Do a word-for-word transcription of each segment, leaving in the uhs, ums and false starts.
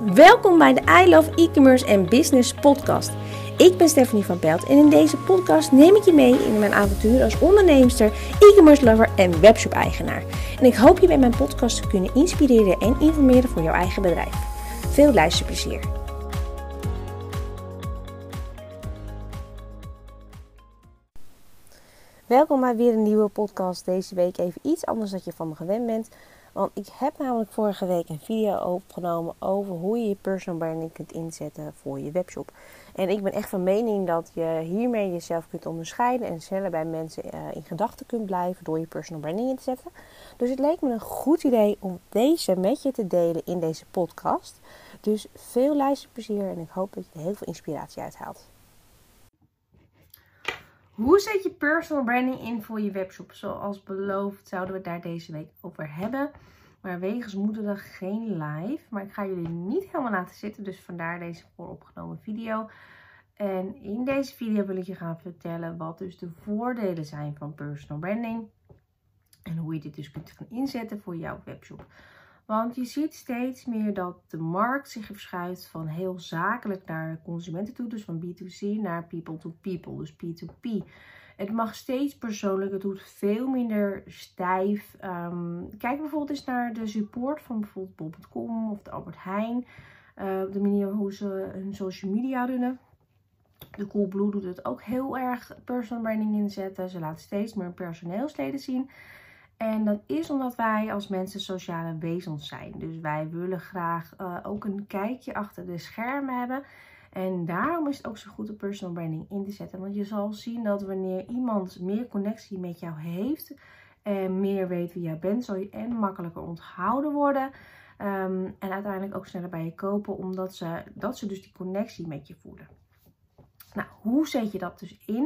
Welkom bij de I Love E-commerce en Business podcast. Ik ben Stephanie van Pelt en in deze podcast neem ik je mee in mijn avontuur als onderneemster, e-commerce lover en webshop eigenaar. En ik hoop je bij mijn podcast te kunnen inspireren en informeren voor jouw eigen bedrijf. Veel luisterplezier. Welkom bij weer een nieuwe podcast. Deze week even iets anders dan je van me gewend bent. Want ik heb namelijk vorige week een video opgenomen over hoe je je personal branding kunt inzetten voor je webshop. En ik ben echt van mening dat je hiermee jezelf kunt onderscheiden en sneller bij mensen in gedachten kunt blijven door je personal branding in te zetten. Dus het leek me een goed idee om deze met je te delen in deze podcast. Dus veel luisterplezier en ik hoop dat je er heel veel inspiratie uit haalt. Hoe zet je personal branding in voor je webshop? Zoals beloofd zouden we het daar deze week over hebben. Maar wegens moederdag geen live. Maar ik ga jullie niet helemaal laten zitten. Dus vandaar deze vooropgenomen video. En in deze video wil ik je gaan vertellen wat dus de voordelen zijn van personal branding. En hoe je dit dus kunt gaan inzetten voor jouw webshop. Want je ziet steeds meer dat de markt zich verschuift van heel zakelijk naar consumenten toe. Dus van B to C naar people to people, dus P to P. Het mag steeds persoonlijker, het doet veel minder stijf. Um, kijk bijvoorbeeld eens naar de support van bijvoorbeeld bol punt com of de Albert Heijn. Uh, de manier hoe ze hun social media runnen. De Coolblue doet het ook heel erg personal branding inzetten. Ze laten steeds meer personeelsleden zien. En dat is omdat wij als mensen sociale wezens zijn. Dus wij willen graag uh, ook een kijkje achter de schermen hebben. En daarom is het ook zo goed om personal branding in te zetten. Want je zal zien dat wanneer iemand meer connectie met jou heeft en meer weet wie jij bent, zal je en makkelijker onthouden worden. Um, en uiteindelijk ook sneller bij je kopen, omdat ze, dat ze dus die connectie met je voelen. Nou, hoe zet je dat dus in?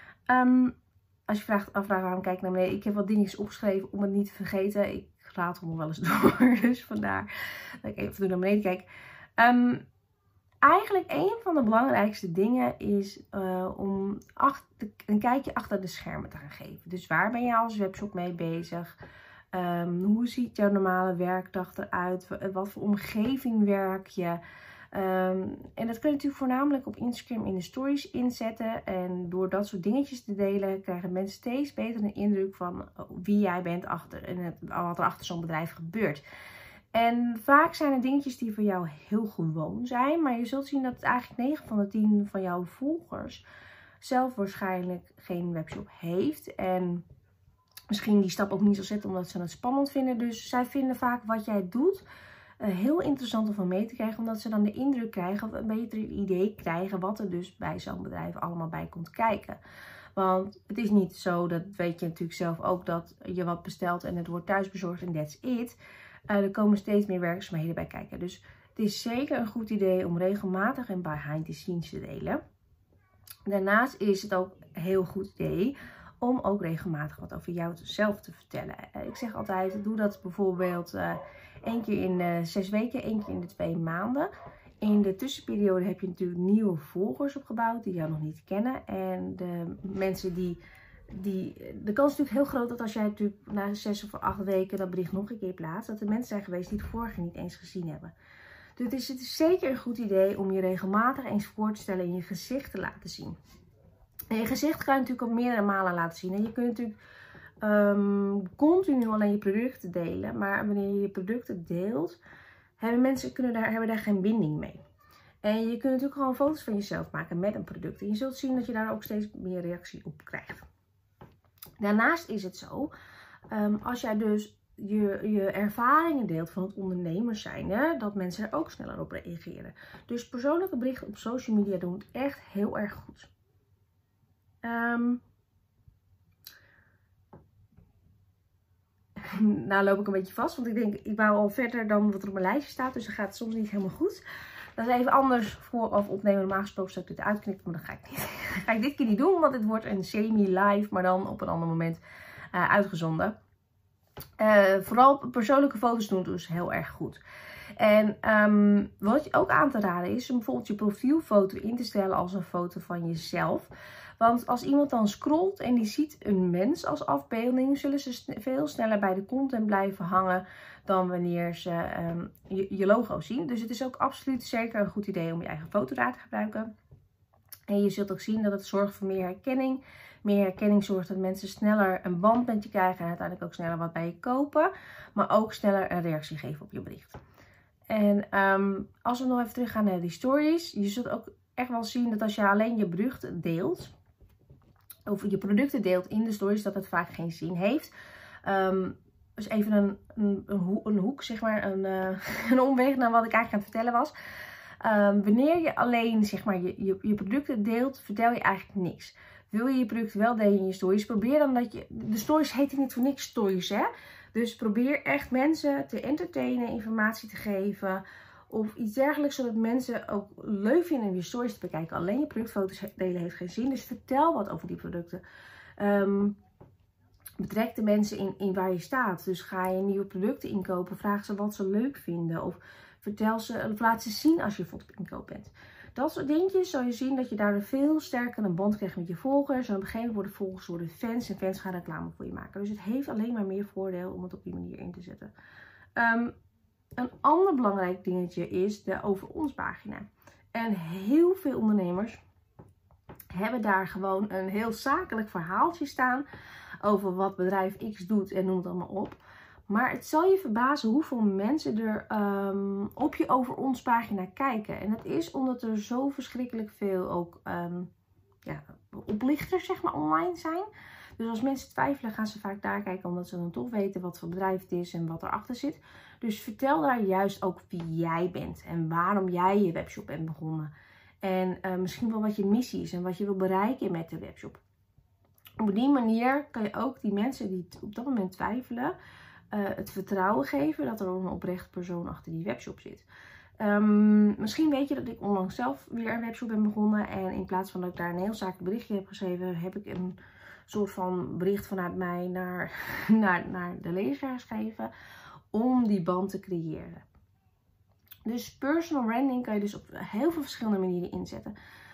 Um, Als je vraagt, afvraagt waarom kijk ik naar beneden. Ik heb wat dingetjes opgeschreven om het niet te vergeten. Ik raad hem wel eens door. Dus vandaar dat ik even naar beneden kijk. Um, eigenlijk een van de belangrijkste dingen is uh, om achter, een kijkje achter de schermen te gaan geven. Dus waar ben je als webshop mee bezig? Um, hoe ziet jouw normale werkdag eruit? Wat voor omgeving werk je? Um, en dat kun je natuurlijk voornamelijk op Instagram in de stories inzetten. En door dat soort dingetjes te delen krijgen mensen steeds beter een indruk van wie jij bent achter en het, wat er achter zo'n bedrijf gebeurt. En vaak zijn er dingetjes die voor jou heel gewoon zijn. Maar je zult zien dat eigenlijk negen van de tien van jouw volgers zelf waarschijnlijk geen webshop heeft. En misschien die stap ook niet zal zetten omdat ze het spannend vinden. Dus zij vinden vaak wat jij doet Uh, heel interessant om van mee te krijgen, omdat ze dan de indruk krijgen, of een beter idee krijgen, wat er dus bij zo'n bedrijf allemaal bij komt kijken. Want het is niet zo, dat weet je natuurlijk zelf ook, dat je wat bestelt en het wordt thuisbezorgd en that's it. Uh, er komen steeds meer werkzaamheden bij kijken. Dus het is zeker een goed idee om regelmatig een behind the scenes te delen. Daarnaast is het ook een heel goed idee om ook regelmatig wat over jou zelf te vertellen. Uh, ik zeg altijd, doe dat bijvoorbeeld Uh, Eén keer in de zes weken, één keer in de twee maanden. In de tussenperiode heb je natuurlijk nieuwe volgers opgebouwd die jou nog niet kennen. En de mensen die, die de kans is natuurlijk heel groot dat als jij natuurlijk na zes of acht weken dat bericht nog een keer plaatst, dat er mensen zijn geweest die het vorige niet eens gezien hebben. Dus het is, het is zeker een goed idee om je regelmatig eens voor te stellen en je gezicht te laten zien. En je gezicht kan je natuurlijk ook meerdere malen laten zien. En je kunt natuurlijk Um, continu alleen je producten delen. Maar wanneer je je producten deelt, hebben mensen kunnen daar, hebben daar geen binding mee. En je kunt natuurlijk gewoon foto's van jezelf maken met een product. En je zult zien dat je daar ook steeds meer reactie op krijgt. Daarnaast is het zo, um, als jij dus je, je ervaringen deelt van het ondernemers zijn, hè, dat mensen er ook sneller op reageren. Dus persoonlijke berichten op social media doen het echt heel erg goed. Um, Nou loop ik een beetje vast, want ik denk, ik wou al verder dan wat er op mijn lijstje staat. Dus dan gaat het soms niet helemaal goed. Dat is even anders vooraf opnemen. Normaal gesproken zou ik dit uitknippen, maar dat ga ik niet. Dat ga ik dit keer niet doen, want het wordt een semi-live, maar dan op een ander moment uh, uitgezonden. Uh, vooral persoonlijke foto's doen dus heel erg goed. En um, wat je ook aan te raden is om bijvoorbeeld je profielfoto in te stellen als een foto van jezelf. Want als iemand dan scrolt en die ziet een mens als afbeelding, zullen ze veel sneller bij de content blijven hangen dan wanneer ze um, je, je logo zien. Dus het is ook absoluut zeker een goed idee om je eigen foto daar te gebruiken. En je zult ook zien dat het zorgt voor meer herkenning. Meer herkenning zorgt dat mensen sneller een band met je krijgen en uiteindelijk ook sneller wat bij je kopen. Maar ook sneller een reactie geven op je bericht. En um, als we nog even teruggaan naar die stories. Je zult ook echt wel zien dat als je alleen je bericht deelt. Of je producten deelt in de stories, dat het vaak geen zin heeft. Um, dus even een, een, een, hoek, een hoek, zeg maar, een, uh, een omweg naar wat ik eigenlijk aan het vertellen was. Um, wanneer je alleen, zeg maar, je, je, je producten deelt, vertel je eigenlijk niks. Wil je je product wel delen in je stories, probeer dan dat je... De stories heten niet voor niks stories, hè. Dus probeer echt mensen te entertainen, informatie te geven of iets dergelijks, zodat mensen ook leuk vinden om je stories te bekijken. Alleen je productfoto's delen heeft geen zin, dus vertel wat over die producten. Um, betrek de mensen in, in waar je staat. Dus ga je nieuwe producten inkopen, vraag ze wat ze leuk vinden of vertel ze, of laat ze zien als je bijvoorbeeld op inkoop bent. Dat soort dingetjes zal je zien dat je daardoor veel sterker een band krijgt met je volgers. En op een gegeven moment worden volgers worden fans en fans gaan reclame voor je maken. Dus het heeft alleen maar meer voordeel om het op die manier in te zetten. Um, een ander belangrijk dingetje is de over ons pagina. En heel veel ondernemers hebben daar gewoon een heel zakelijk verhaaltje staan over wat bedrijf X doet en noem het allemaal op. Maar het zal je verbazen hoeveel mensen er um, op je over ons pagina kijken. En dat is omdat er zo verschrikkelijk veel ook um, ja, oplichters, zeg maar, online zijn. Dus als mensen twijfelen, gaan ze vaak daar kijken, omdat ze dan toch weten wat voor bedrijf het is en wat erachter zit. Dus vertel daar juist ook wie jij bent en waarom jij je webshop bent begonnen. En uh, misschien wel wat je missie is en wat je wil bereiken met de webshop. Op die manier kan je ook die mensen die op dat moment twijfelen, Uh, het vertrouwen geven dat er een oprecht persoon achter die webshop zit. Um, misschien weet je dat ik onlangs zelf weer een webshop ben begonnen. En in plaats van dat ik daar een heel zakelijk berichtje heb geschreven, heb ik een soort van bericht vanuit mij naar, naar, naar de lezer geschreven. Om die band te creëren. Dus personal branding kan je dus op heel veel verschillende manieren inzetten.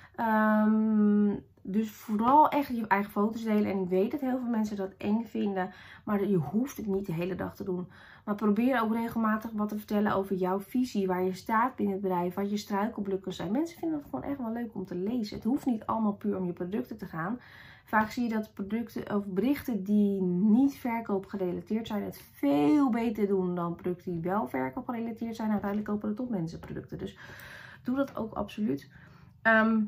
Um, dus vooral echt je eigen foto's delen. En ik weet dat heel veel mensen dat eng vinden. Maar je hoeft het niet de hele dag te doen. Maar probeer ook regelmatig wat te vertellen over jouw visie. Waar je staat binnen het bedrijf. Wat je struikelblokken zijn. Mensen vinden het gewoon echt wel leuk om te lezen. Het hoeft niet allemaal puur om je producten te gaan. Vaak zie je dat producten of berichten die niet verkoop gerelateerd zijn. Het veel beter doen dan producten die wel verkoop gerelateerd zijn. Uiteindelijk kopen er toch mensen producten. Dus doe dat ook absoluut. Um,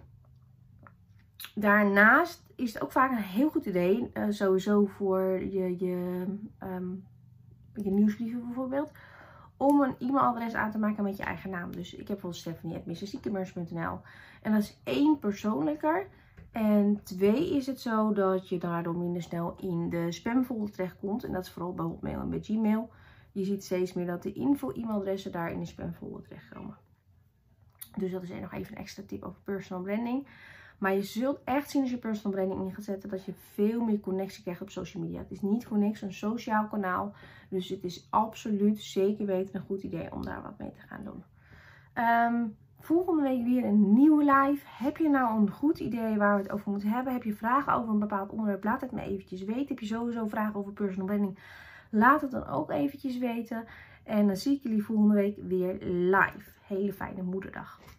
Daarnaast is het ook vaak een heel goed idee, uh, sowieso voor je, je, um, je nieuwsbrieven bijvoorbeeld, om een e-mailadres aan te maken met je eigen naam. Dus ik heb bijvoorbeeld Stephanie at missus e commerce punt n l en dat is één persoonlijker. En twee is het zo dat je daardoor minder snel in de spamfolder terechtkomt. En dat is vooral bij Hotmail en bij Gmail. Je ziet steeds meer dat de info-e-mailadressen daar in de spamfolder terechtkomen. Dus dat is nog even een extra tip over personal branding. Maar je zult echt zien als je personal branding in gaat zetten dat je veel meer connectie krijgt op social media. Het is niet voor niks een sociaal kanaal. Dus het is absoluut zeker weten een goed idee om daar wat mee te gaan doen. Um, volgende week weer een nieuwe live. Heb je nou een goed idee waar we het over moeten hebben? Heb je vragen over een bepaald onderwerp? Laat het me eventjes weten. Heb je sowieso vragen over personal branding? Laat het dan ook eventjes weten. En dan zie ik jullie volgende week weer live. Hele fijne moederdag.